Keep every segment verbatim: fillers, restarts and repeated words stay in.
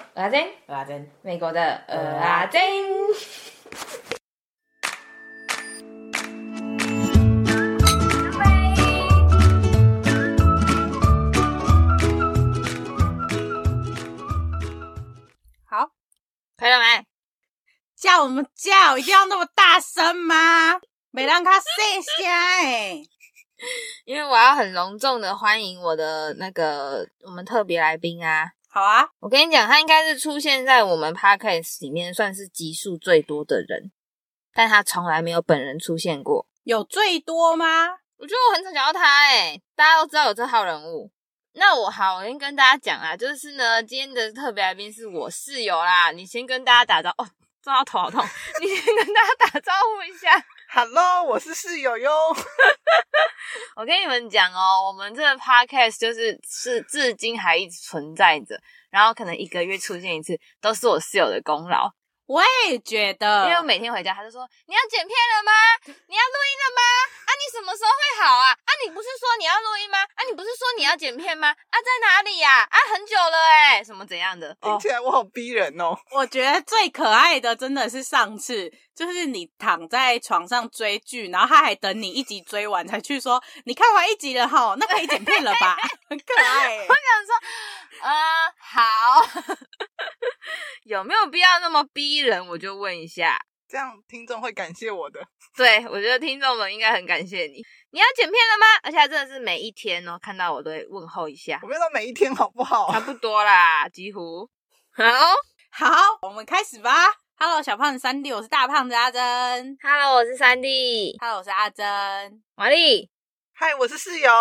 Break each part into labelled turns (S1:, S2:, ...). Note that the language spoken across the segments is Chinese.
S1: 蚵仔煎，
S2: 蚵仔煎，
S1: 美国的蚵仔煎。
S2: 好，
S1: 可以了没？
S2: 叫我们叫一定要那么大声吗？没让他细声欸。
S1: 因为我要很隆重的欢迎我的那个我们特别来宾啊。
S2: 好啊，
S1: 我跟你讲，他应该是出现在我们 podcast 里面算是集数最多的人，但他从来没有本人出现过。
S2: 有最多吗？
S1: 我觉得我很少讲到他诶，大家都知道有这号人物。那我好，我先跟大家讲啊，就是呢，今天的特别来宾是我室友啦。你先跟大家打招呼，哦，撞到头好痛。你先跟大家打招呼一下。
S3: Hello， 我是室友哟。
S1: 我跟你们讲哦，我们这个 podcast 就是是至今还一直存在着，然后可能一个月出现一次，都是我室友的功劳。
S2: 我也觉得，
S1: 因为我每天回家他就说你要剪片了吗？你要录音了吗？啊你什么时候会好啊？啊你不是说你要录音吗？啊你不是说你要剪片吗？啊在哪里呀？ 啊, 啊很久了诶什么怎样的？
S3: 听起来我好逼人哦。
S2: 我觉得最可爱的真的是上次，就是你躺在床上追剧，然后他还等你一集追完才去说你看完一集了齁，那可以剪片了吧？很可爱耶。
S1: 我想说呃好有没有必要那么逼人？我就问一下，
S3: 这样听众会感谢我的。
S1: 对，我觉得听众们应该很感谢你。你要剪片了吗？而且他真的是每一天哦，看到我都会问候一下。
S3: 我没有到每一天好不好？
S1: 差不多啦，几乎。好
S2: 好，我们开始吧。Hello， 小胖子三弟，我是大胖子阿珍。
S1: Hello， 我是三弟。
S2: Hello， 我是阿珍。
S1: 玛丽。
S3: 嗨，我是室友。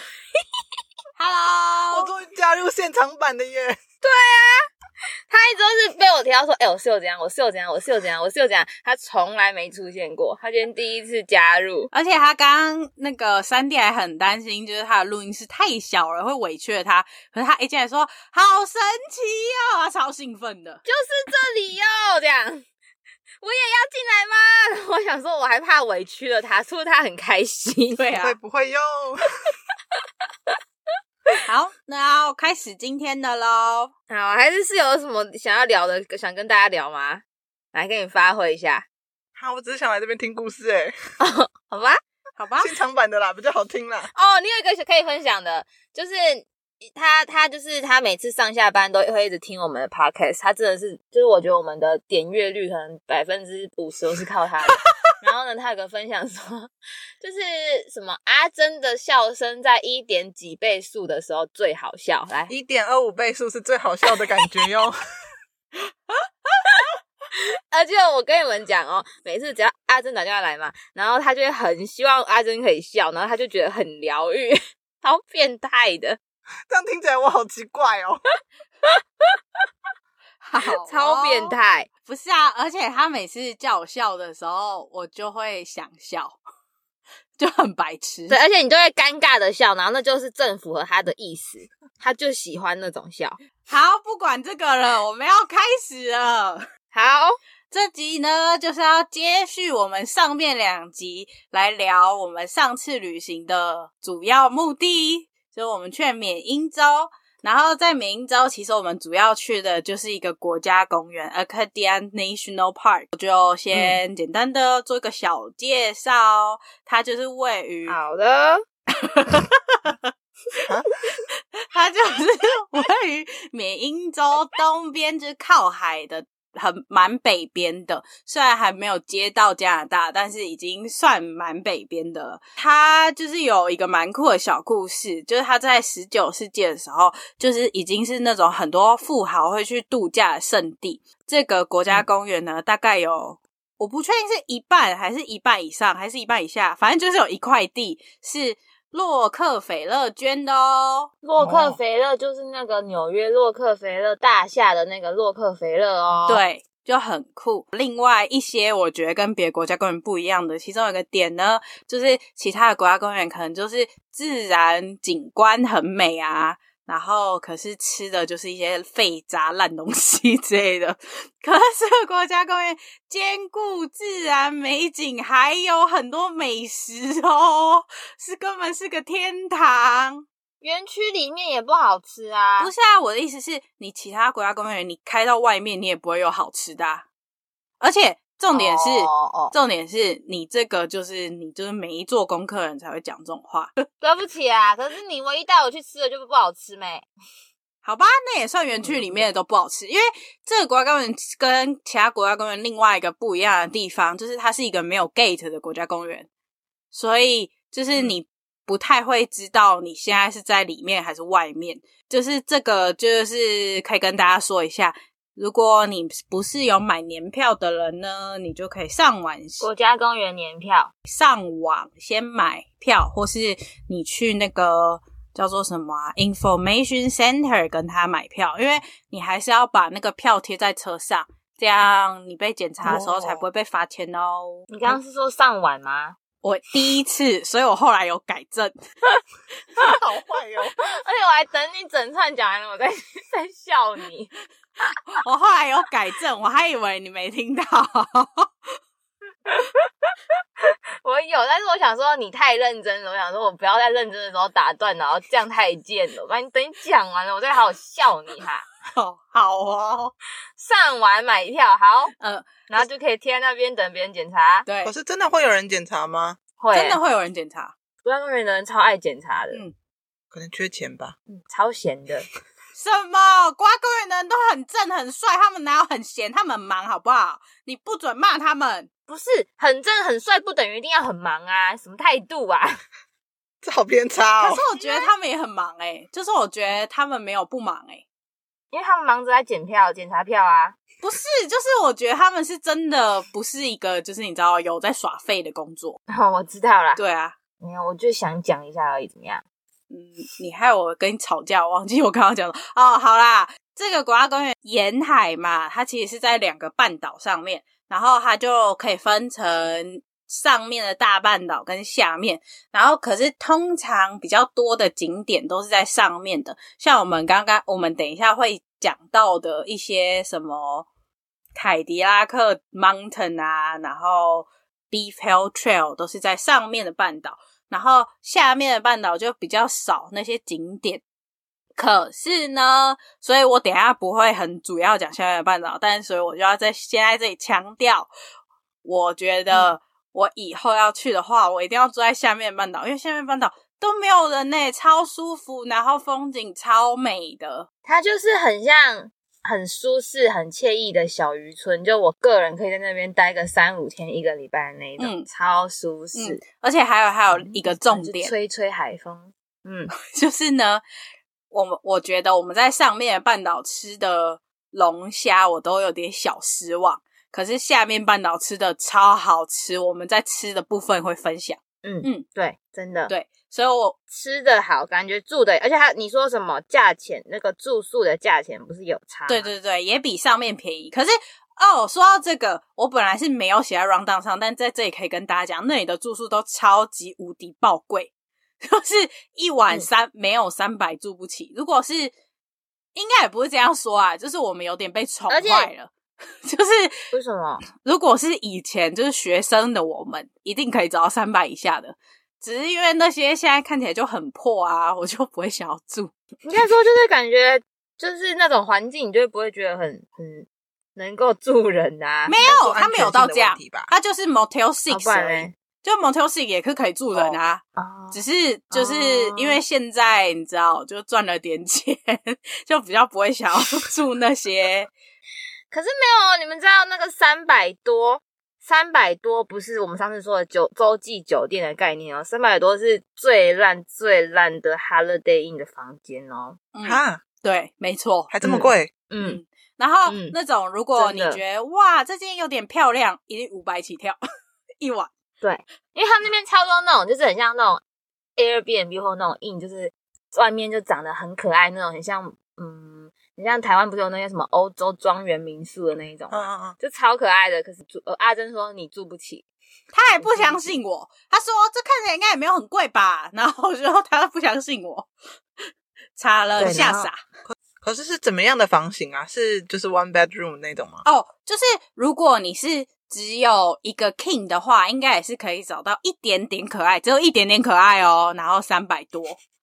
S2: Hello，
S3: 我终于加入现场版的耶。
S1: 对啊，他一直都是被我提到说，哎、欸，我室友怎样，我室友怎样，我室友怎样，我室友怎样，他从来没出现过。他今天第一次加入，
S2: 而且他刚刚那个三弟还很担心，就是他的录音室太小了，会委屈了他。可是他一进来说，好神奇哦，他超兴奋的，
S1: 就是这里哦，这样。我也要进来吗？我想说，我还怕委屈了他，是不是他很开心？
S2: 对啊，
S3: 会不会哟？
S2: 好，那要开始今天的咯。
S1: 好，还是是有什么想要聊的，想跟大家聊吗？来跟你发挥一下。
S3: 好，我只是想来这边听故事诶。
S1: 哦，好吧，
S2: 好吧，
S3: 现场版的啦，比较好听啦。
S1: 哦，你有一个可以分享的，就是他他就是他每次上下班都会一直听我们的 podcast， 他真的是就是我觉得我们的点阅率可能百分之五十都是靠他的。然后呢，他有个分享说，就是什么阿珍的笑声在一点几倍速的时候最好笑，来
S3: 一点二五 倍速是最好笑的感觉哟。
S1: 而且我跟你们讲哦，每次只要阿珍打电话来嘛，然后他就会很希望阿珍可以笑，然后他就觉得很疗愈，超变态的。
S3: 这样听起来我好奇怪哦。
S2: 好哦，
S1: 超变态。
S2: 不是啊，而且他每次叫我笑的时候，我就会想笑，就很白痴。
S1: 对，而且你就会尴尬的笑，然后那就是正符合他的意思，他就喜欢那种笑。
S2: 好，不管这个了，我们要开始了。
S1: 好，
S2: 这集呢就是要接续我们上面两集来聊我们上次旅行的主要目的，就是我们去缅因州。然后在缅因州，其实我们主要去的就是一个国家公园 Acadia National Park， 我就先简单的做一个小介绍。嗯、它就是位于
S1: 好的
S2: 它就是位于缅因州东边，就是靠海的很蛮北边的，虽然还没有接到加拿大，但是已经算蛮北边的了。它就是有一个蛮酷的小故事，就是它在十九世纪的时候，就是已经是那种很多富豪会去度假的圣地。这个国家公园呢，嗯、大概有我不确定是一半还是一半以上还是一半以下，反正就是有一块地是洛克菲勒捐的哦。
S1: 洛克菲勒就是那个纽约洛克菲勒大厦的那个洛克菲勒哦。
S2: 对，就很酷。另外一些我觉得跟别的国家公园不一样的，其中有一个点呢，就是其他的国家公园可能就是自然景观很美啊，然后可是吃的就是一些废渣烂东西之类的。可是这个国家公园兼顾自然美景，还有很多美食哦，是根本是个天堂。
S1: 园区里面也不好吃啊。
S2: 不是啊，我的意思是你其他国家公园你开到外面你也不会有好吃的啊。而且重点是、
S1: 哦哦、
S2: 重点是你这个就是你就是没做功课的人才会讲这种话。
S1: 对不起啊，可是你唯一带我去吃的就不好吃没。
S2: 好吧，那也算园区里面的都不好吃，因为这个国家公园跟其他国家公园另外一个不一样的地方，就是它是一个没有 gate 的国家公园，所以就是你不太会知道你现在是在里面还是外面。就是这个就是可以跟大家说一下，如果你不是有买年票的人呢，你就可以上网
S1: 国家公园年票，
S2: 上网先买票，或是你去那个叫做什么啊 Information Center 跟他买票，因为你还是要把那个票贴在车上，这样你被检查的时候才不会被罚钱哦。
S1: 你刚刚是说上晚吗？
S2: 我第一次，所以我后来有改正。
S3: 好坏哦！
S1: 而且我还等你整串讲完了，我在在笑你。
S2: 我后来有改正，我还以为你没听到。
S1: 我有，但是我想说你太认真了，我想说我不要在认真的时候打断，然后这样太贱了。不然你等你讲完了，我再好好笑你哈。
S2: 哦，好哦，
S1: 上完买票好，
S2: 呃，
S1: 然后就可以贴在那边等别人检查。
S2: 对，
S3: 可是真的会有人检查吗？
S1: 会，
S2: 真的会有人检查。
S1: 国家公园的人超爱检查的，
S2: 嗯，
S3: 可能缺钱吧。
S1: 嗯，超闲的。
S2: 什么？国家公园的人都很正很帅，他们哪有很闲？他们很忙，好不好？你不准骂他们。
S1: 不是很正很帅，不等于一定要很忙啊？什么态度啊？
S3: 这好偏差哦。
S2: 可是我觉得他们也很忙诶、欸、就是我觉得他们没有不忙诶、欸、
S1: 因为他们忙着在检票、检查票啊。
S2: 不是，就是我觉得他们是真的不是一个，就是你知道有在耍废的工作。
S1: 哦，我知道啦。
S2: 对啊，
S1: 没有，我就想讲一下而已，怎么样？
S2: 嗯，你害我跟你吵架，我忘记我刚刚讲的哦。好啦，这个国家公园沿海嘛，它其实是在两个半岛上面，然后它就可以分成上面的大半岛跟下面，然后可是通常比较多的景点都是在上面的，像我们刚刚我们等一下会讲到的一些什么凯迪拉克 Mountain 啊，然后 Beef Hill Trail 都是在上面的半岛，然后下面的半岛就比较少那些景点。可是呢，所以我等一下不会很主要讲下面的半岛，但是所以我就要在先在这里强调，我觉得我以后要去的话，我一定要住在下面的半岛，因为下面半岛都没有人耶，超舒服，然后风景超美的。
S1: 它就是很像很舒适、很惬意的小渔村，就我个人可以在那边待个三五天、一个礼拜的那一种，嗯、超舒适、
S2: 嗯。而且还有还有一个重点，
S1: 嗯、吹吹海风，嗯，
S2: 就是呢，我们我觉得我们在上面的半岛吃的龙虾，我都有点小失望。可是下面半岛吃的超好吃，我们在吃的部分会分享。
S1: 嗯嗯，对，真的
S2: 对，所以我
S1: 吃的好，感觉住的，而且还你说什么价钱，那个住宿的价钱不是有差吗？
S2: 对对对，也比上面便宜。可是哦，说到这个，我本来是没有写在 rundown 上，但在这里可以跟大家讲，那里的住宿都超级无敌爆贵，就是一晚三、嗯、没有三百住不起。如果是应该也不是这样说啊，就是我们有点被宠坏了。就是
S1: 为什么？
S2: 如果是以前就是学生的我们，一定可以找到三百以下的，只是因为那些现在看起来就很破啊，我就不会想要住。
S1: 应该说就是感觉就是那种环境，你就不会觉得很很能够住人啊。
S2: 没有，他没有到这样，他就是 Motel Six 而已。就 Motel Six 也是可以住人啊，哦、只是就是因为现在你知道，就赚了点钱，就比较不会想要住那些。
S1: 可是没有，你们知道那个三百多，三百多不是我们上次说的酒洲际酒店的概念哦，三百多是最烂最烂的 Holiday Inn 的房间哦。
S3: 哈、嗯，
S2: 对，没错，
S3: 还这么贵。
S2: 嗯，嗯然后、嗯、那种如果你觉得哇，这间有点漂亮，一定五百起跳一晚。
S1: 对，因为他们那边超多那种，就是很像那种 Airbnb 或那种 Inn， 就是外面就长得很可爱那种，很像嗯。你像台湾不是有那些什么欧洲庄园民宿的那一种，嗯嗯嗯，就超可爱的。可是住，呃，阿珍说你住不起，
S2: 他还不相信我。他说这看起来应该也没有很贵吧？然后我说他不相信我，差了吓傻。
S3: 可可是是怎么样的房型啊？是就是 one bedroom 那种吗？
S2: 哦，就是如果你是只有一个 king 的话，应该也是可以找到一点点可爱，只有一点点可爱哦。然后三百多。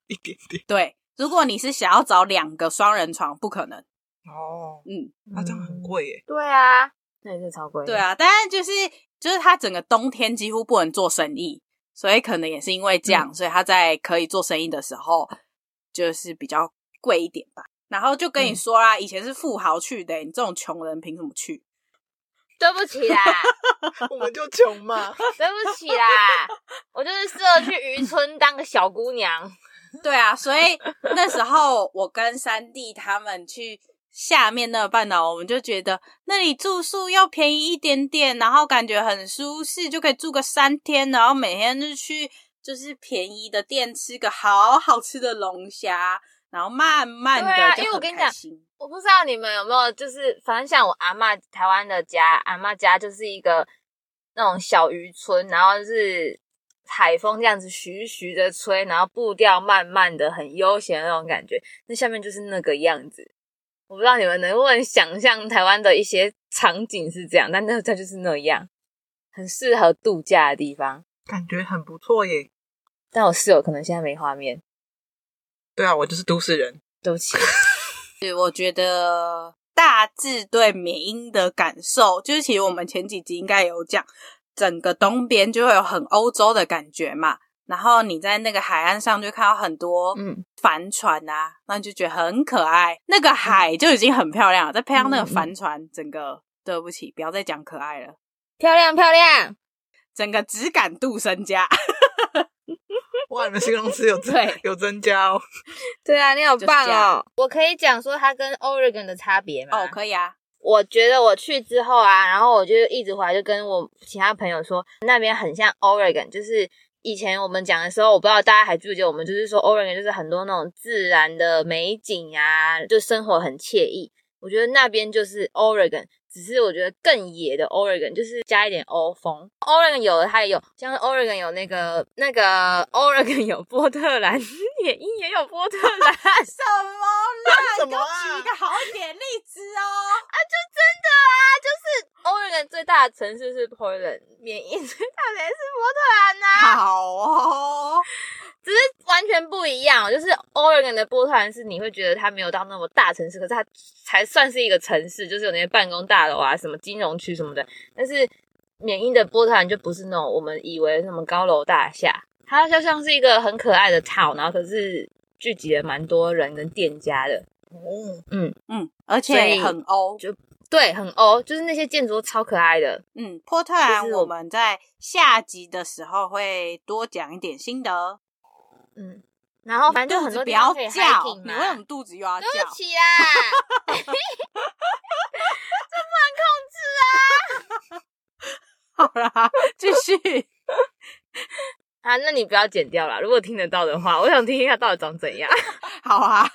S3: 一点点。
S2: 对，如果你是想要找两个双人床，不可能。
S3: 哦，
S2: 嗯，
S3: 那这样很贵耶。
S1: 对啊，那也是超贵。
S2: 对啊，但是就是就是他整个冬天几乎不能做生意，所以可能也是因为这样，嗯、所以他在可以做生意的时候就是比较贵一点吧。然后就跟你说啦，嗯、以前是富豪去的，你这种穷人凭什么去？
S1: 对不起啦，
S3: 我们就穷嘛。
S1: 对不起啦，我就是适合去渔村当个小姑娘。
S2: 对啊，所以那时候我跟三弟他们去下面那个半岛，我们就觉得那里住宿要便宜一点点，然后感觉很舒适，就可以住个三天，然后每天就去就是便宜的店吃个好好吃的龙虾，然后慢慢的就很开心。
S1: 对啊，因为我跟你讲，我不知道你们有没有，就是反正像我阿嬷台湾的家，阿嬷家就是一个那种小渔村，然后就是海风这样子徐徐的吹，然后步调慢慢的很悠闲的那种感觉，那下面就是那个样子。我不知道你们能不能想象台湾的一些场景是这样，但那它就是那样，很适合度假的地方，
S3: 感觉很不错耶。
S1: 但我室友可能现在没画面。
S3: 对啊，我就是都市人，
S1: 对不起。
S2: 对，我觉得大致对缅因的感受，就是其实我们前几集应该有讲，整个东边就会有很欧洲的感觉嘛。然后你在那个海岸上就看到很多帆船啊，然后你就觉得很可爱。那个海就已经很漂亮了，再配上那个帆船，嗯、整个对不起，不要再讲可爱了，
S1: 漂亮漂亮，
S2: 整个质感度增加。
S3: 哇，你们形容词有对有增加哦。
S1: 对啊，你好棒哦！我可以讲说它跟 Oregon 的差别吗？
S2: 哦，可以啊。
S1: 我觉得我去之后啊，然后我就一直回来就跟我其他朋友说，那边很像 Oregon， 就是以前我们讲的时候，我不知道大家还记不记得，我们就是说 Oregon 就是很多那种自然的美景啊，就生活很惬意。我觉得那边就是 Oregon， 只是我觉得更野的 Oregon， 就是加一点欧风。Oregon 有的它也有，像 Oregon 有那个那个 Oregon 有波特兰，缅因也有波特兰。
S2: 什么啦？
S3: 什么啊？
S2: 给我举一个好一点例子哦。
S1: 啊，就真的啊，就是 Oregon 最大的城市是 Portland， 缅因最大的也是波特兰啊。
S2: 好哦。
S1: 只是完全不一样，就是 Oregon 的波特兰是你会觉得它没有到那么大城市，可是它才算是一个城市，就是有那些办公大楼啊，什么金融区什么的。但是缅因的波特兰就不是那种我们以为那么高楼大厦，它就像是一个很可爱的 town， 然后可是聚集了蛮多人跟店家的。
S3: 哦，
S2: 嗯嗯，而且很欧，
S1: 就对，很欧，就是那些建筑超可爱的。
S2: 嗯，波特兰我们在下集的时候会多讲一点心得。嗯，
S1: 然后反正就很多地方可以 hiking 嘛。
S2: 你为什么肚子又要叫？
S1: 对不起啦，这不能控制
S2: 啊。好啦，继续。
S1: 啊，那你不要剪掉啦，如果听得到的话，我想听听它到底长怎样。
S2: 好啊。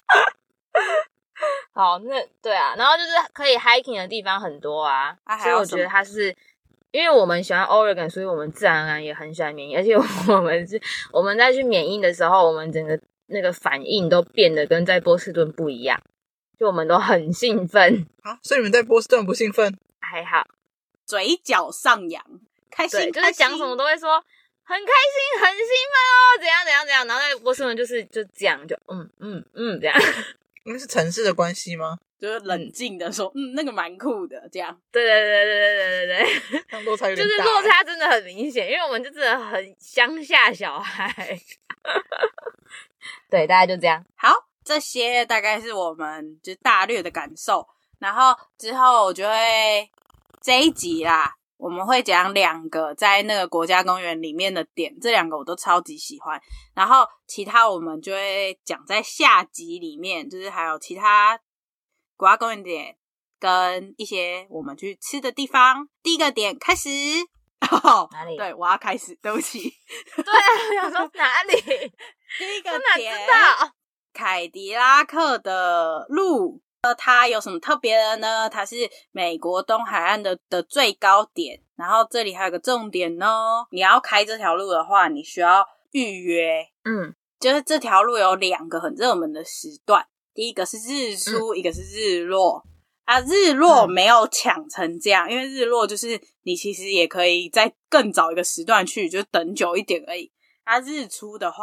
S1: 好，那对啊，然后就是可以 hiking 的地方很多啊，啊所以我觉得它是。因为我们喜欢 Oregon， 所以我们自然而然也很喜欢缅因，而且我们是我们在去缅因的时候，我们整个那个反应都变得跟在波士顿不一样，就我们都很兴奋
S3: 啊。所以你们在波士顿不兴奋？
S1: 还好，
S2: 嘴角上扬，开心，
S1: 对，就是讲什么都会说很开心，很兴奋哦，怎样怎样怎样，然后在波士顿就是就这样，就嗯嗯嗯这样。
S3: 因为是城市的关系吗？
S2: 就是冷静的说，嗯，那个蛮酷的，这样。
S1: 对对对对对对对对，
S3: 那落差有点大，
S1: 就是落差真的很明显，因为我们就真的很乡下小孩。对，大概就这样。
S2: 好，这些大概是我们就大略的感受，然后之后我就会这一集啦，我们会讲两个在那个国家公园里面的点，这两个我都超级喜欢。然后其他我们就会讲在下集里面，就是还有其他国家公园点跟一些我们去吃的地方。第一个点开始。
S1: 哦、哪里？
S2: 对，我要开始，对不起。
S1: 对啊，我想说哪里？
S2: 第一个点，
S1: 我哪知道？
S2: 凯迪拉克的路。呃，它有什么特别的呢？它是美国东海岸的的最高点，然后这里还有个重点哦，你要开这条路的话，你需要预约。
S1: 嗯，
S2: 就是这条路有两个很热门的时段，第一个是日出，嗯、一个是日落。啊，日落没有抢成这样，嗯、因为日落就是你其实也可以再更早一个时段去，就等久一点而已。啊，日出的话，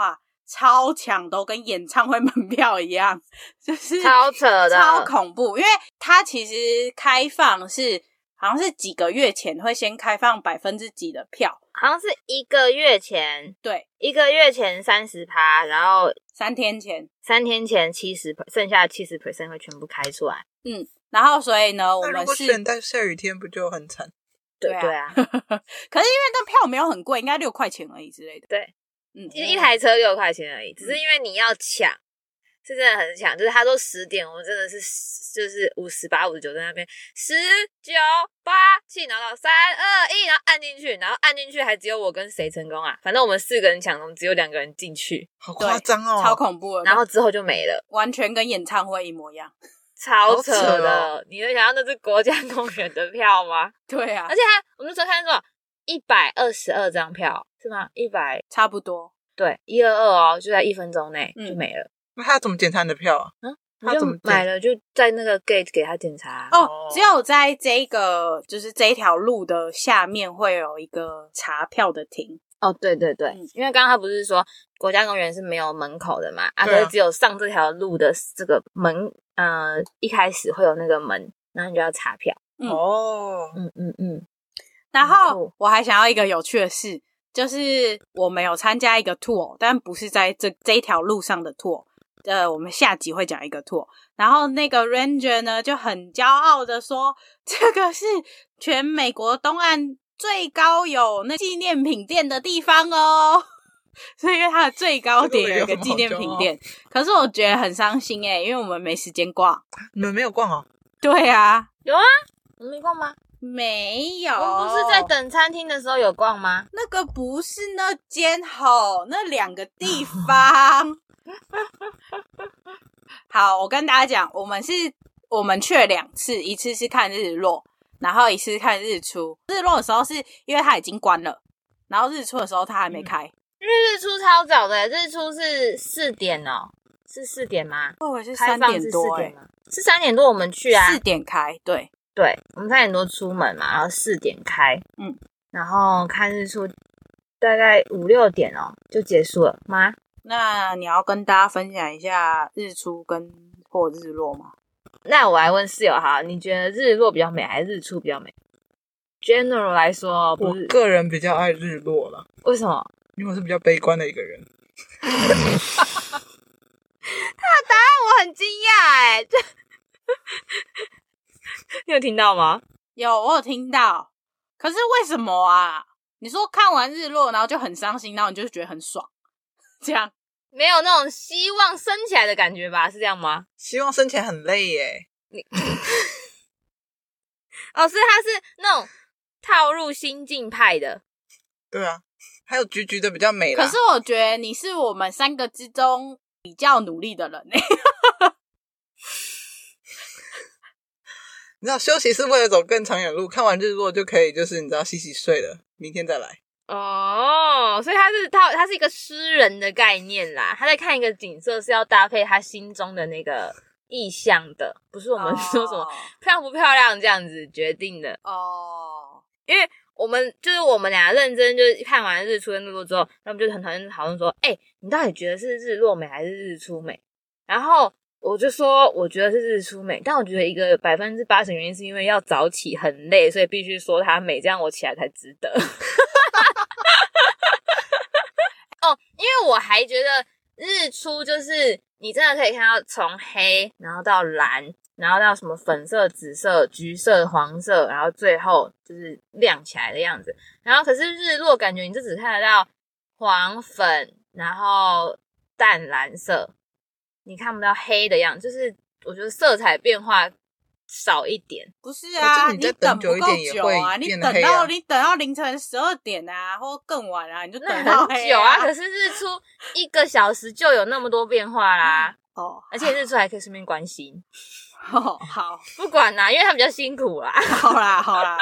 S2: 超抢，都跟演唱会门票一样，就是
S1: 超扯的，
S2: 超恐怖。因为它其实开放是好像是几个月前会先开放百分之几的票，
S1: 好像是一个月前，
S2: 对，
S1: 一个月前三十趴，然后
S2: 三天前，
S1: 三天前七十，剩下的七十 percent 会全部开出来。
S2: 嗯，然后所以呢，我
S3: 那如果
S2: 们是
S3: 选在下雨天，不就很惨？
S1: 对
S2: 对啊，
S1: 对啊，
S2: 可是因为那票没有很贵，应该六块钱而已之类的。
S1: 对，
S2: 嗯，
S1: 其实一台车六块钱而已，只是因为你要抢，是真的很抢。就是他说十点，我们真的是就是五十八、五十九在那边，十九八七，然后到三二一，然后按进去，然后按进去还只有我跟谁成功啊？反正我们四个人抢中，只有两个人进去，
S3: 好夸张哦，
S2: 超恐怖的，
S1: 然后之后就没了，
S2: 完全跟演唱会一模一样。
S1: 超扯
S3: 好扯
S1: 的。
S3: 哦
S1: 你能想到那是国家公园的票吗？
S2: 对啊
S1: 而，且他我们那时候看说一百二十二张票是吗？一百
S2: 差不多。
S1: 对一二二哦，就在一分钟内
S2: 嗯
S1: 就没了。
S3: 那他怎么检查你的票啊？
S1: 你就
S3: 他怎么检
S1: 买了就在那个 gate 给他检查。
S2: 哦
S3: 哦，
S2: 只有在这个就是这一条路的下面会有一个查票的亭。
S1: 哦，对对对，
S2: 嗯
S1: 因为刚刚他不是说国家公园是没有门口的嘛，啊，
S3: 对啊
S1: 可是只有上这条路的这个门，呃，一开始会有那个门，然后你就要查票。
S2: 嗯
S3: 哦，
S1: 嗯嗯嗯，
S2: 然
S1: 很酷
S2: 后我还想要一个有趣的事，就是我们有参加一个 tour， 但不是在这这一条路上的 tour。呃，我们下集会讲一个 tour， 然后那个 ranger 呢就很骄傲的说，这个是全美国东岸最高有那纪念品店的地方哦。所以因为它的最高点有一个纪念品店，可是我觉得很伤心诶，因为我们没时间逛。
S3: 你们没有逛哦？
S2: 对啊，
S1: 有啊，你没逛吗？
S2: 没有，
S1: 我们不是在等餐厅的时候有逛吗？
S2: 那个不是那间吼，那两个地方。好，我跟大家讲，我们是我们去了两次，一次是看日落，然后一次是看日出。日落的时候是因为它已经关了，然后日出的时候它还没开。
S1: 因为日出超早的，日出是四点哦，是四点吗？
S2: 我以为是
S1: 开
S2: 三
S1: 放是四
S2: 点多诶、
S1: 点吗？是三点多我们去啊，
S2: 四点开，对，
S1: 对，我们三点多出门嘛，然后四点开，
S2: 嗯，
S1: 然后看日出大概五六点哦就结束了吗？
S2: 那你要跟大家分享一下日出跟或日落吗？
S1: 那我来问室友哈，你觉得日落比较美还是日出比较美 ？General 来说，
S3: 我
S1: 不是
S3: 个人比较爱日落啦，
S1: 为什么？
S3: 因为我是比较悲观的一个人。
S1: 我很惊讶哎，这你有听到吗？
S2: 有，我有听到。可是为什么啊？你说看完日落，然后就很伤心，然后你就觉得很爽，这样？
S1: 没有那种希望升起来的感觉吧？是这样吗？
S3: 希望生前很累耶。
S1: 哦，所以他是那种套入心境派的。
S3: 对啊，还有橘橘的比较美啦。
S2: 可是我觉得你是我们三个之中比较努力的人欸。
S3: 你知道休息是为了走更长远的路，看完日落就可以，就是你知道洗洗睡了，明天再来。
S1: 哦，所以他是他他是一个诗人的概念啦。他在看一个景色是要搭配他心中的那个意象的，不是我们说什么漂不漂亮这样子决定的。
S2: 哦，
S1: 因为我们就是我们俩认真就是看完日出跟日落之后，他们就很讨厌讨论说，哎、欸，你到底觉得是日落美还是日出美？然后我就说我觉得是日出美，但我觉得一个百分之八十原因是因为要早起很累，所以必须说它美，这样我起来才值得。哦，因为我还觉得日出就是你真的可以看到从黑，然后到蓝，然后到什么粉色、紫色、橘色、黄色，然后最后就是亮起来的样子。然后可是日落感觉你就只看得到黄粉，然后淡蓝色，你看不到黑的样子，就是我觉得色彩变化少一点。
S2: 不是啊，
S3: 可是你再
S2: 等不够
S3: 等久一点也
S2: 久啊，
S3: 会
S2: 你
S3: 变得黑啊
S2: 等到你等到凌晨十二点啊，或更晚啊，你就
S1: 那
S2: 等到黑
S1: 很久啊，可是日出一个小时就有那么多变化啦。
S2: 哦，
S1: 而且日出还可以顺便关心，
S2: 哦，好，
S1: 不管啦，因为它比较辛苦啦。
S2: 好啦，好啦。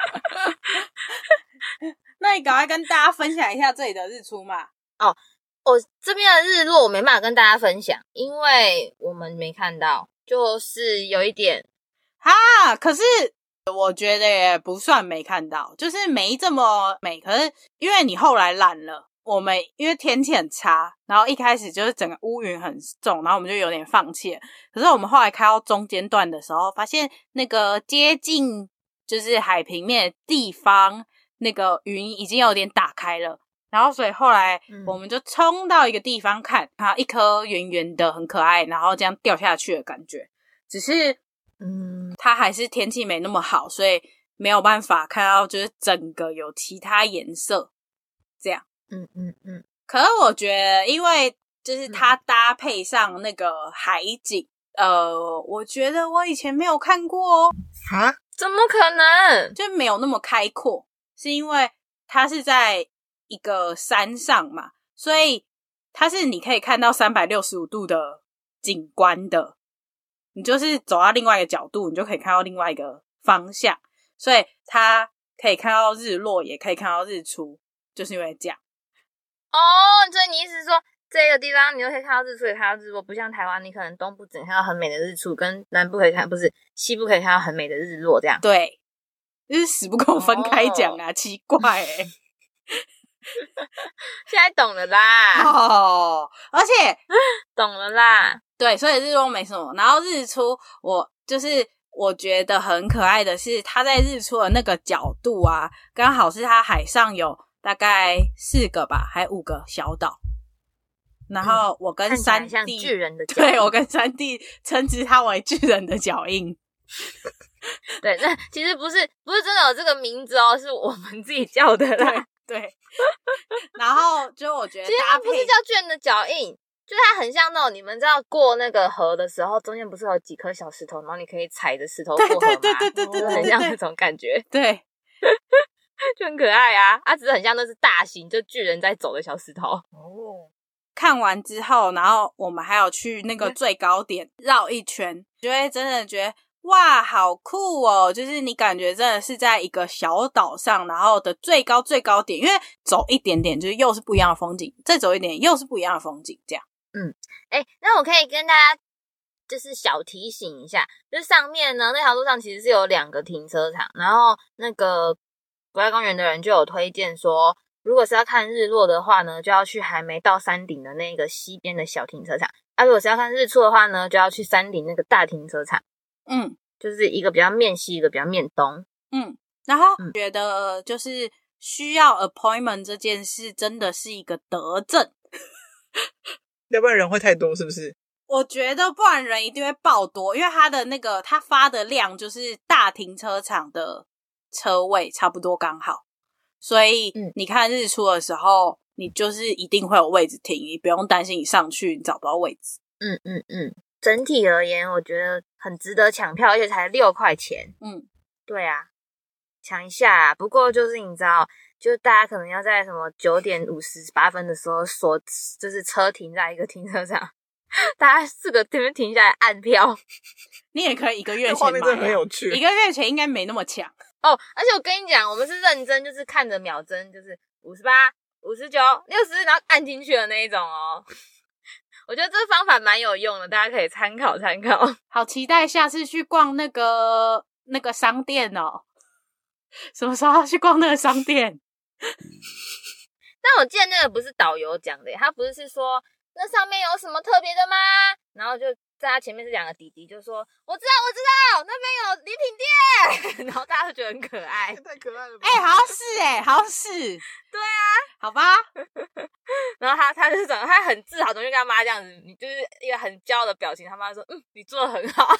S2: 那你赶快跟大家分享一下这里的日出嘛。
S1: 哦，我这边的日落我没办法跟大家分享，因为我们没看到，就是有一点
S2: 哈，可是我觉得也不算没看到，就是没这么美。可是因为你后来懒了， 我们因为天气很差，然后一开始就是整个乌云很重，然后我们就有点放弃了。可是我们后来开到中间段的时候，发现那个接近就是海平面的地方，那个云已经有点打开了。然后所以后来我们就冲到一个地方看，然后一颗圆圆的很可爱，然后这样掉下去的感觉。只是嗯，它还是天气没那么好，所以没有办法看到就是整个有其他颜色这样。
S1: 嗯嗯嗯。
S2: 可是我觉得因为就是它搭配上那个海景、嗯、呃我觉得我以前没有看过哦。
S3: 啊？
S1: 怎么可能？
S2: 就没有那么开阔，是因为它是在一个山上嘛，所以它是你可以看到三百六十五度的景观的，你就是走到另外一个角度，你就可以看到另外一个方向，所以它可以看到日落，也可以看到日出，就是因为这样。
S1: 哦，所以你意思是说这个地方你就可以看到日出也看到日落，不像台湾你可能东部只能看到很美的日出，跟南部可以看不是西部可以看到很美的日落这样。
S2: 对，就是死不跟我分开讲啊、哦、奇怪欸
S1: 现在懂了啦。
S2: 哦，而且
S1: 懂了啦。
S2: 对，所以日落没什么。然后日出，我就是我觉得很可爱的是，它在日出的那个角度啊，刚好是它海上有大概四个吧，还五个小岛。然后我跟三弟、
S1: 嗯、像巨人的脚印，
S2: 对，我跟三弟称之它为巨人的脚印。
S1: 对，那其实不是不是真的有这个名字哦，是我们自己叫的啦。
S2: 对，对然后就我觉得
S1: 其实它不是叫巨人的脚印，就是它很像那种你们知道过那个河的时候，中间不是有几颗小石头，然后你可以踩着石头过河吗？
S2: 对对对对对对，
S1: 很像那种感觉。
S2: 对，
S1: 就很可爱啊！它只是很像那是大型就巨人在走的小石头。
S3: 哦，
S2: 看完之后，然后我们还有去那个最高点绕一圈，就会真的觉得哇，好酷哦！就是你感觉真的是在一个小岛上，然后的最高最高点，因为走一点点就是又是不一样的风景，再走一点又是不一样的风景，这样。
S1: 嗯，哎，那我可以跟大家就是小提醒一下，就是上面呢那条路上其实是有两个停车场，然后那个国家公园的人就有推荐说，如果是要看日落的话呢，就要去还没到山顶的那个西边的小停车场，啊，如果是要看日出的话呢，就要去山顶那个大停车场。
S2: 嗯，
S1: 就是一个比较面西，一个比较面东。
S2: 嗯，然后觉得就是需要 appointment 这件事真的是一个德政，
S3: 要不然人会太多是不是？
S2: 我觉得不然人一定会爆多，因为他的那个他发的量就是大停车场的车位差不多刚好，所以你看日出的时候，你就是一定会有位置停，你不用担心你上去你找不到位置。
S1: 嗯嗯嗯，整体而言我觉得很值得抢票，而且才六块钱。
S2: 嗯，
S1: 对啊，抢一下啊。不过就是你知道，就大家可能要在什么九点五十八分的时候锁，就是车停在一个停车场，大家四个这边停下来按票。
S2: 你也可以一个月前买、啊，
S3: 画面真的很有趣。
S2: 一个月前应该没那么抢
S1: 哦。而且我跟你讲，我们是认真，就是看着秒针，就是五十八、五十九、六十，然后按进去的那一种哦。我觉得这个方法蛮有用的，大家可以参考参考。
S2: 好期待下次去逛那个那个商店哦！什么时候要去逛那个商店？
S1: 但我记得那个不是导游讲的，他不是是说那上面有什么特别的吗？然后就在他前面是两个弟弟，就说我知道我知道那边有礼品店，然后大家都觉得很可爱，
S3: 太可爱了吧！
S2: 哎、欸，好像是哎、欸，好像是，
S1: 对啊，
S2: 好吧。
S1: 然后他他就是整个他很自豪，总是跟他妈这样子，你就是一个很骄傲的表情。他妈说：“嗯，你做得很好，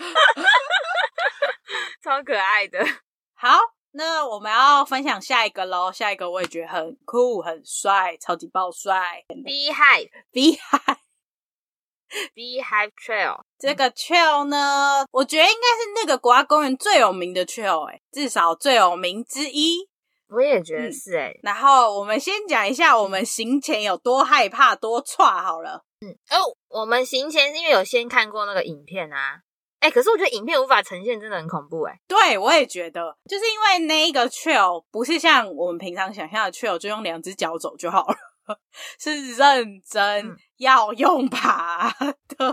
S1: 超可爱的。”
S2: 好，那我们要分享下一个咯，下一个我也觉得很酷、很帅，超级爆帅。
S1: Beehive
S2: Beehive
S1: Beehive Trail
S2: 这个 trail 呢，我觉得应该是那个国家公园最有名的 trail， 哎，至少最有名之一。
S1: 我也觉得是哎、欸嗯。
S2: 然后我们先讲一下我们行前有多害怕、多挫好了。
S1: 嗯，哦，我们行前是因为有先看过那个影片啊。哎、欸，可是我觉得影片无法呈现，真的很恐怖哎、欸。
S2: 对，我也觉得，就是因为那一个 trail 不是像我们平常想象的 trail， 就用两只脚走就好了，是认真要用爬的。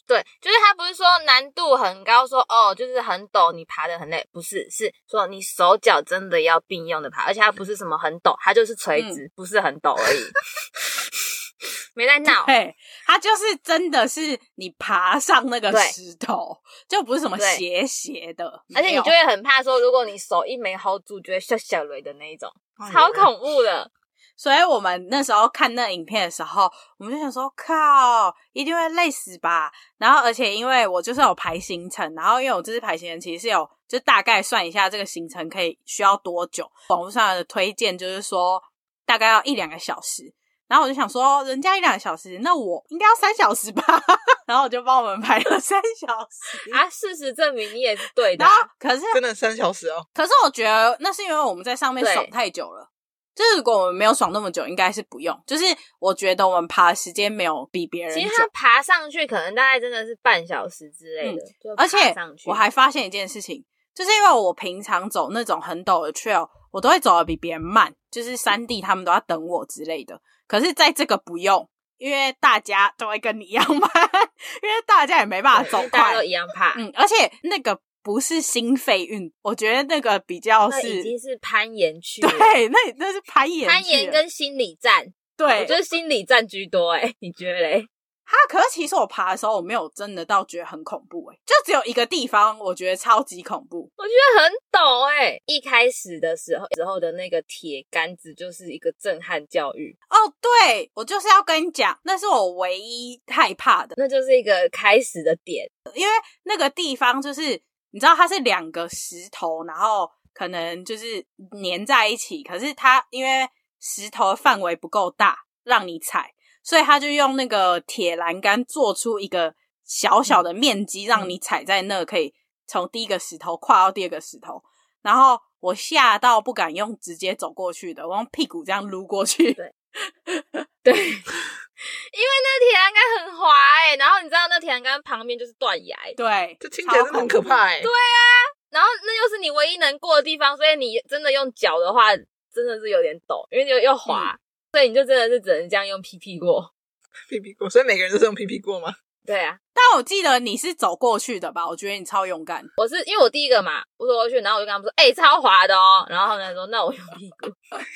S1: 对，就是它不是说难度很高，说哦就是很陡，你爬得很累，不是，是说你手脚真的要并用的爬，而且它不是什么很陡，它就是垂直，嗯、不是很陡而已。没在闹，
S2: 对，它就是真的是你爬上那个石头，就不是什么斜斜的，
S1: 而且你就会很怕说，如果你手一没 hold 住，就会小小雷的那一种，哦、超恐怖的。
S2: 所以我们那时候看那影片的时候，我们就想说，靠，一定会累死吧。然后，而且因为我就是有排行程，然后因为我这次排行程其实是有，就大概算一下这个行程可以需要多久。网络上的推荐就是说，大概要一两个小时。然后我就想说，人家一两个小时，那我应该要三小时吧？然后我就帮我们排了三小时
S1: 啊。事实证明你也是对的、啊，
S2: 可是
S3: 真的三小时哦。
S2: 可是我觉得那是因为我们在上面爽太久了。就是如果我们没有爽那么久，应该是不用。就是我觉得我们爬的时间没有比别人久。
S1: 其实他爬上去可能大概真的是半小时之类的，嗯、就爬上去。
S2: 而且我还发现一件事情，就是因为我平常走那种很陡的 trail， 我都会走得比别人慢，就是山地他们都要等我之类的。可是在这个不用，因为大家都会跟你一样慢，因为大家也没办法走快，
S1: 大家都一样怕。
S2: 嗯，而且那个不是心肺运，我觉得那个比较是，
S1: 那已经是攀岩去了。
S2: 对，那那是攀岩去了，
S1: 攀岩跟心理战。
S2: 对，
S1: 我觉得心理战居多诶、欸、你觉得嘞？
S2: 哈，可是其实我爬的时候，我没有真的到觉得很恐怖诶、欸、就只有一个地方我觉得超级恐怖。
S1: 我觉得很陡诶、欸、一开始的时候时候的那个铁杆子就是一个震撼教育。
S2: 哦，对，我就是要跟你讲，那是我唯一害怕的，
S1: 那就是一个开始的点。
S2: 因为那个地方就是你知道它是两个石头，然后可能就是粘在一起，可是它因为石头的范围不够大让你踩，所以他就用那个铁栏杆做出一个小小的面积，让你踩在那可以从第一个石头跨到第二个石头。然后我吓到不敢用直接走过去的，我用屁股这样撸过去。
S1: 对，对，因为那铁栏杆很滑诶、欸、然后你知道那铁栏杆旁边就是断崖。
S2: 对，
S3: 这听起来真的很可怕诶、欸、
S1: 对啊，然后那又是你唯一能过的地方，所以你真的用脚的话，真的是有点陡，因为又又滑。嗯，所以你就真的是只能这样用屁屁过，
S3: 屁屁过，所以每个人都是用屁屁过吗？
S1: 对啊，
S2: 但我记得你是走过去的吧？我觉得你超勇敢。
S1: 我是因为我第一个嘛，我走过去，然后我就跟他们说：“哎、欸，超滑的哦。”然后他们说：“那我用屁股。”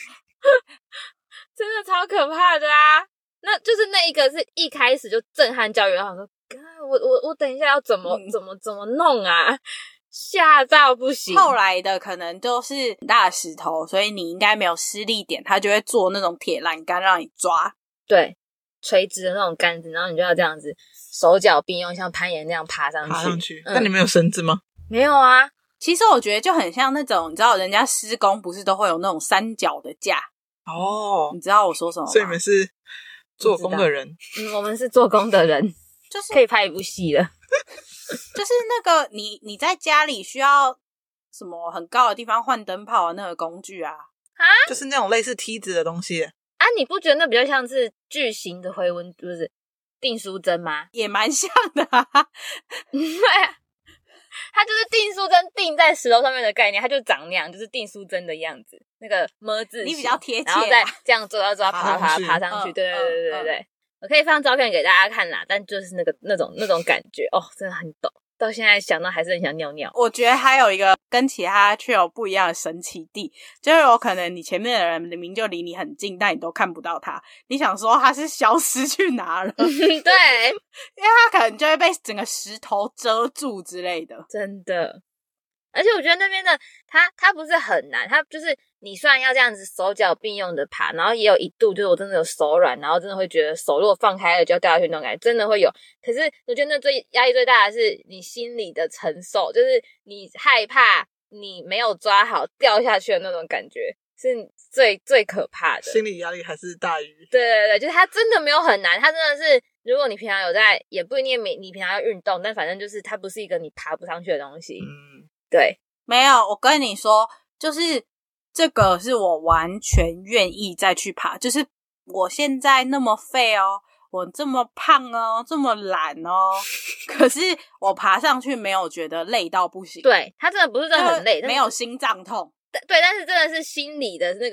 S1: 真的超可怕的啊！那就是那一个是一开始就震撼教育，然后我说：“我我我等一下要怎么、嗯、怎么怎么弄啊？”吓到不行。
S2: 后来的可能都是很大的石头，所以你应该没有施力点，他就会做那种铁栏杆让你抓。
S1: 对，垂直的那种杆子，然后你就要这样子手脚并用，像攀岩那样爬上去。
S3: 爬上去。嗯、那你们有绳子吗？
S1: 没有啊。
S2: 其实我觉得就很像那种，你知道人家施工不是都会有那种三角的架
S3: 哦？你
S2: 知道我说什么吗？
S3: 所以你们是做工的人。
S1: 嗯，我们是做工的人，就是可以拍一部戏了。
S2: 就是那个你你在家里需要什么很高的地方换灯泡的那个工具啊？
S1: 啊，
S3: 就是那种类似梯子的东西
S1: 啊？你不觉得那比较像是巨型的回纹，不是订书针吗？
S2: 也蛮像的啊。
S1: 对啊，它就是订书针钉在石头上面的概念，它就长那样，就是订书针的样子，那个么字形，
S2: 你比较贴切，
S1: 然后再这样做，要做，爬爬爬上去，对对对对对对。我可以放照片给大家看啦，但就是那个那种那种感觉哦，真的很陡，到现在想到还是很想尿尿。
S2: 我觉得还有一个跟其他 trail 不一样的神奇地，就是有可能你前面的人明明就离你很近，但你都看不到他，你想说他是消失去哪了？对，因
S1: 为
S2: 他可能就会被整个石头遮住之类的，
S1: 真的。而且我觉得那边的它它不是很难，它就是你虽然要这样子手脚并用的爬，然后也有一度就是我真的有手软，然后真的会觉得手如果放开了就要掉下去那种感觉，真的会有。可是我觉得那最压力最大的是你心理的承受，就是你害怕你没有抓好掉下去的那种感觉，是最最可怕的。
S3: 心理压力还是大于
S1: 对对对，就是它真的没有很难，它真的是如果你平常有在，也不一定你你平常要运动，但反正就是它不是一个你爬不上去的东西。嗯。对，
S2: 没有，我跟你说，就是这个是我完全愿意再去爬，就是我现在那么废哦，我这么胖哦，这么懒哦，可是我爬上去没有觉得累到不行。
S1: 对，它真的不是真的很累，
S2: 没有心脏痛。
S1: 对，但是真的是心理的那个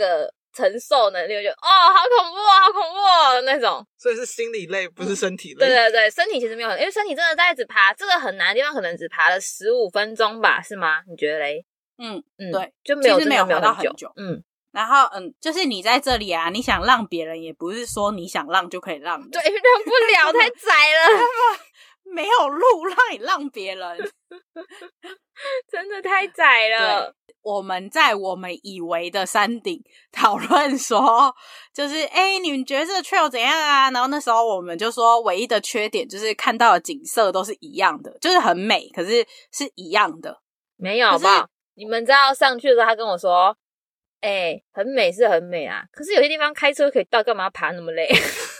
S1: 承受能力，我就哦，好恐怖哦，好恐怖哦那种。
S3: 所以是心理累，不是身体累。
S1: 对对对，身体其实没有，因为身体真的在只爬这个很难的地方，可能只爬了十五分钟吧，是吗？你觉得嘞？
S2: 嗯
S1: 嗯，
S2: 对，
S1: 就没有
S2: 其实没有
S1: 没有
S2: 滑到
S1: 很
S2: 很久
S1: 嗯，
S2: 然后嗯，就是你在这里啊，你想让别人，也不是说你想让就可以让的，
S1: 对，让不了，太窄了，
S2: 没有路让你让别人，
S1: 真的太窄了。
S2: 我们在我们以为的山顶讨论说，就是诶你们觉得这个 trail 怎样啊？然后那时候我们就说，唯一的缺点就是看到的景色都是一样的，就是很美，可是是一样的。
S1: 没有好不好？你们知道上去的时候，他跟我说：“哎、欸，很美是很美啊，可是有些地方开车可以到，干嘛爬那么累？”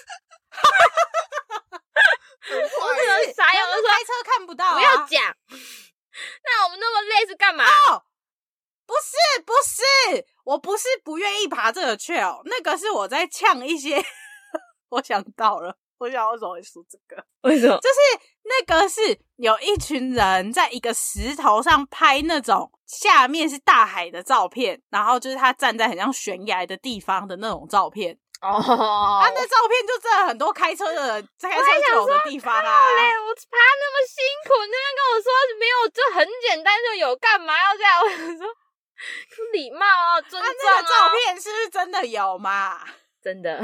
S1: 我真的傻眼，我就说
S2: 开车看不到、啊，
S1: 不要讲。那我们那么累是干嘛？
S2: 哦，不是不是，我不是不愿意爬这个 trail， 那个是我在呛一些。我想到了，我想为什么会说这个？
S1: 为什么？
S2: 就是那个是有一群人在一个石头上拍那种下面是大海的照片，然后就是他站在很像悬崖的地方的那种照片。
S1: 哦，
S2: 啊，那照片就真的很多开车的人在开车就有的地方啊。
S1: 嘞，我爬那么辛苦，你那边跟我说没有，就很简单就有，干嘛要这样？我想说，礼貌哦，尊重哦。啊，
S2: 那个照片是不是真的有嘛？
S1: 真的。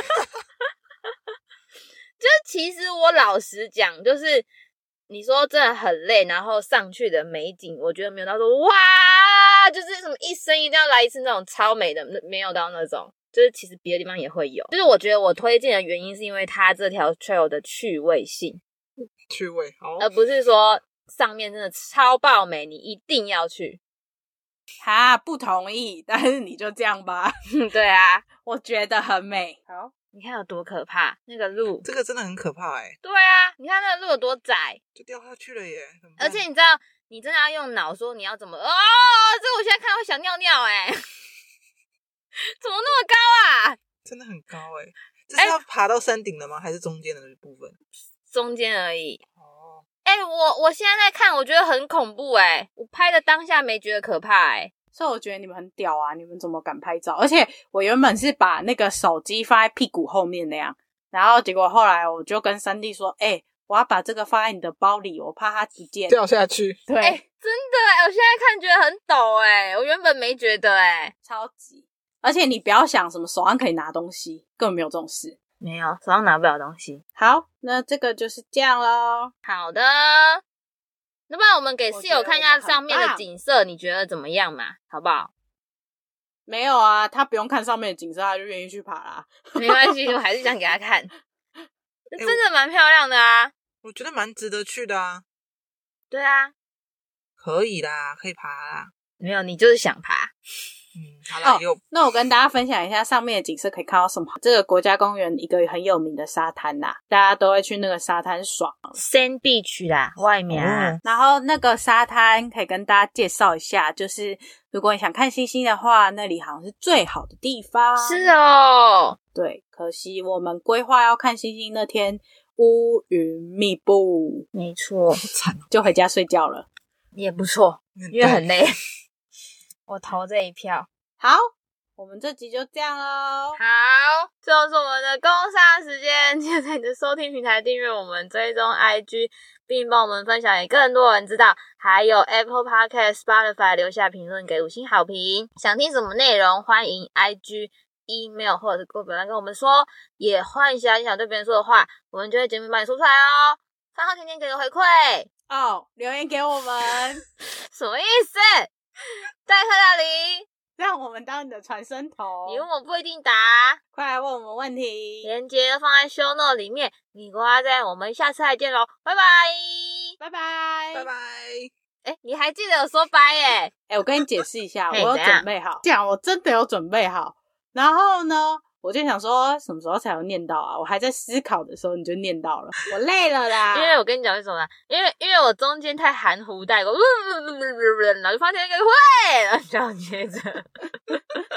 S1: 就是其实我老实讲，就是你说真的很累，然后上去的美景，我觉得没有到说哇，就是什么一生一定要来一次那种超美的，没有到那种。就是其实别的地方也会有，就是我觉得我推荐的原因是因为它这条 trail 的趣味性，
S3: 趣味好，
S1: 而不是说上面真的超爆美，你一定要去。
S2: 哈，不同意，但是你就这样吧。
S1: 对啊，
S2: 我觉得很美。好，
S1: 你看有多可怕，那个路，
S3: 这个真的很可怕哎、欸。
S1: 对啊，你看那个路有多窄，
S3: 就掉下去了耶。
S1: 而且你知道，你真的要用脑说你要怎么哦，这个我现在看会想尿尿哎、欸。怎么那么高啊？
S3: 真的很高哎、欸！这是要爬到山顶了吗？欸、还是中间的部分？
S1: 中间而已。
S3: 哦，
S1: 哎、欸，我我现在在看，我觉得很恐怖哎、欸！我拍的当下没觉得可怕哎、欸，
S2: 所以我觉得你们很屌啊！你们怎么敢拍照？而且我原本是把那个手机放在屁股后面那样，然后结果后来我就跟三弟说：“哎、欸，我要把这个放在你的包里，我怕它不见
S3: 掉下去。”
S1: 对，欸、真的哎、欸！我现在看觉得很陡哎、欸，我原本没觉得哎、欸，
S2: 超级。而且你不要想什么手上可以拿东西，根本没有这种事。
S1: 没有，手上拿不了东西。
S2: 好，那这个就是这样咯。
S1: 好的，那不然我们给室友看一下上面的景色，你觉得怎么样嘛？好不好？
S2: 没有啊，他不用看上面的景色，他就愿意去爬啦。
S1: 没关系，我还是想给他看。真的蛮漂亮的啊、欸！
S3: 我觉得蛮值得去的啊。
S1: 对啊，
S3: 可以啦，可以爬啦。
S1: 没有，你就是想爬。
S3: 嗯，好啦，有、
S2: 哦。那我跟大家分享一下上面的景色可以看到什么。这个国家公园一个很有名的沙滩啦，大家都会去那个沙滩爽。
S1: Sand Beach 啦，外面啊、
S2: 嗯。然后那个沙滩可以跟大家介绍一下，就是如果你想看星星的话，那里好像是最好的地方。
S1: 是哦。
S2: 对，可惜我们规划要看星星那天乌云密布。
S1: 没错，
S3: 惨，
S2: 就回家睡觉了。
S1: 也不错，因为很累。我投这一票。
S2: 好，我们这集就这样咯。
S1: 好，最后是我们的工商时间，记得在你的收听平台订阅我们，追踪 I G， 并帮我们分享给更多人知道。还有 Apple Podcast、Spotify 留下评论给五星好评。想听什么内容，欢迎 I G、email 或者是过表单跟我们说。也欢迎其他你想对别人说的话，我们就会节目帮你说出来哦。饭后甜甜给个回馈
S2: 哦，留言给我们。
S1: 什么意思？代客料理，
S2: 让我们当你的传声筒。
S1: 你问我不一定答，
S2: 快来问我们问题。
S1: 连结放在 show note 里面。你瓜在，我们下次再见咯，拜拜，
S2: 拜拜，
S3: 拜拜。
S1: 哎，你还记得有说拜耶？
S2: 哎，我跟你解释一下，我有
S1: 怎样
S2: 准备好，这样我真的有准备好。然后呢，我就想说什么时候才有念到啊？我还在思考的时候你就念到了，我累了啦。
S1: 因为我跟你讲为什么呢？因为因为我中间太含糊带过，然后就发现一个会，然后这样接着。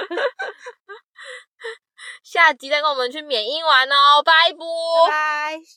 S1: 下集再跟我们去缅因玩哦，拜拜。
S2: 拜拜。